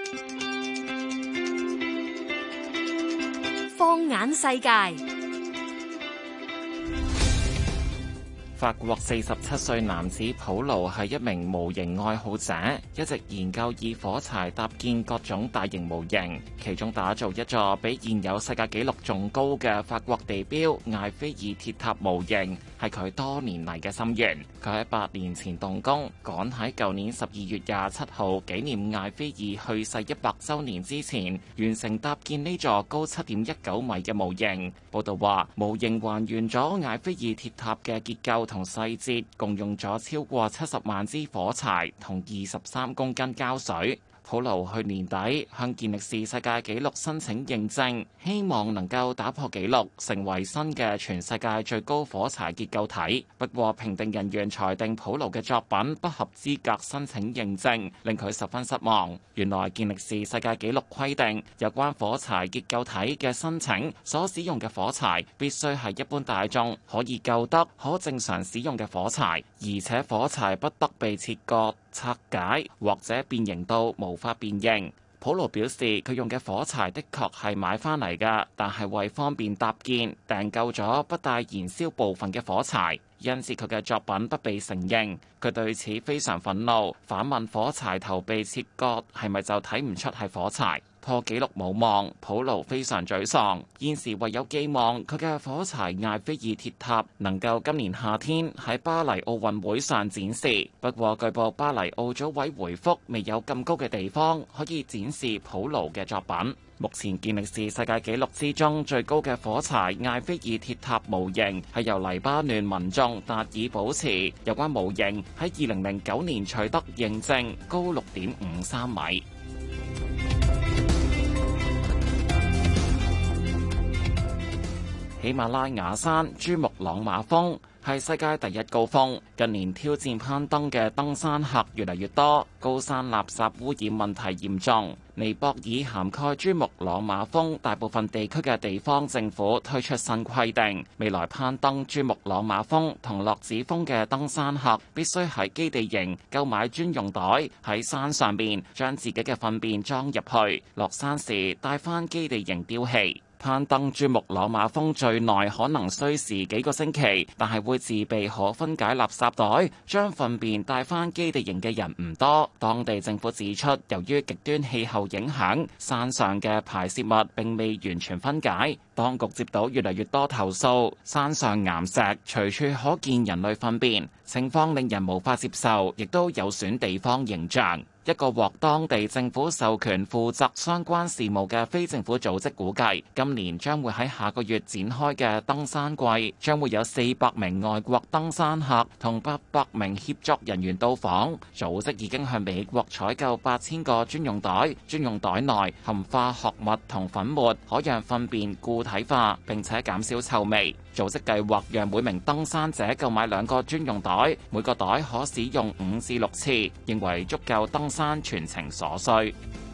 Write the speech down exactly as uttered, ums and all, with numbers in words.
放眼世界。 法國四十七歲男子普魯係一名模型愛好者，一直研究以火柴搭建各種大型模型，其中打造一座比現有世界紀錄仲高嘅法國地標艾菲爾鐵塔模型，係佢多年嚟嘅心願。佢喺八年前動工，趕喺舊年十二月廿七號紀念艾菲爾去世一百週年之前，完成搭建呢座高七點一九米嘅模型。報道話，模型還原咗艾菲爾鐵塔嘅結構同細節，共用咗超過七十萬支火柴同二十三公斤膠水。普魯去年底向健力士世界紀錄申請認證，希望能夠打破紀錄，成為新嘅全世界最高火柴結構體。不過評定人員裁定普魯嘅作品不合資格申請認證，令佢十分失望。原來健力士世界紀錄規定，有關火柴結構體嘅申請所使用嘅火柴必須係一般大眾可以購得、可正常使用嘅火柴，而且火柴不得被切割、拆解或者變形到無法辨認。普魯表示，佢用嘅火柴的確係買翻嚟㗎，但係為方便搭建，訂購咗不帶燃燒部分嘅火柴，因此佢嘅作品不被承認。佢對此非常憤怒，反問火柴頭被切割係咪就睇唔出係火柴？破紀錄冇望，普魯非常沮喪。現時唯有寄望佢嘅火柴艾菲爾鐵塔能夠今年夏天喺巴黎奧運會上展示。不過據報巴黎奧組委回覆，未有咁高嘅地方可以展示普魯嘅作品。目前健力士世界紀錄之中最高嘅火柴艾菲爾鐵塔模型係由黎巴嫩民眾達爾保持，有關模型喺二零零九年取得認證，高六點五三米。喜馬拉雅山珠穆朗瑪峰係世界第一高峰，近年挑戰攀登嘅登山客越嚟越多，高山垃圾污染問題嚴重。尼泊爾涵蓋珠穆朗瑪峰大部分地區嘅地方政府推出新規定，未來攀登珠穆朗瑪峰同洛子峰嘅登山客必須喺基地營購買專用袋，喺山上邊將自己嘅糞便裝入去，落山時帶返基地營丟棄。攀登珠穆朗瑪峰最耐可能需時幾個星期，但係會自備可分解垃圾袋，將糞便帶返基地營嘅人唔多。當地政府指出，由於極端氣候影響，山上嘅排泄物並未完全分解。當局接到越嚟越多投訴，山上岩石隨處可見人類糞便，情況令人無法接受，亦都有損地方形象。一個獲當地政府授權負責相關事務嘅非政府組織估計，今年將會喺下個月展開嘅登山季，將會有四百名外國登山客同八百名協作人員到訪。組織已經向美國採購八千個專用袋，專用袋內含化學物同粉末，可讓糞便固體化並且減少臭味。組織計劃讓每名登山者購買兩個專用袋，每個袋可使用五至六次，認為足夠登山全程所需。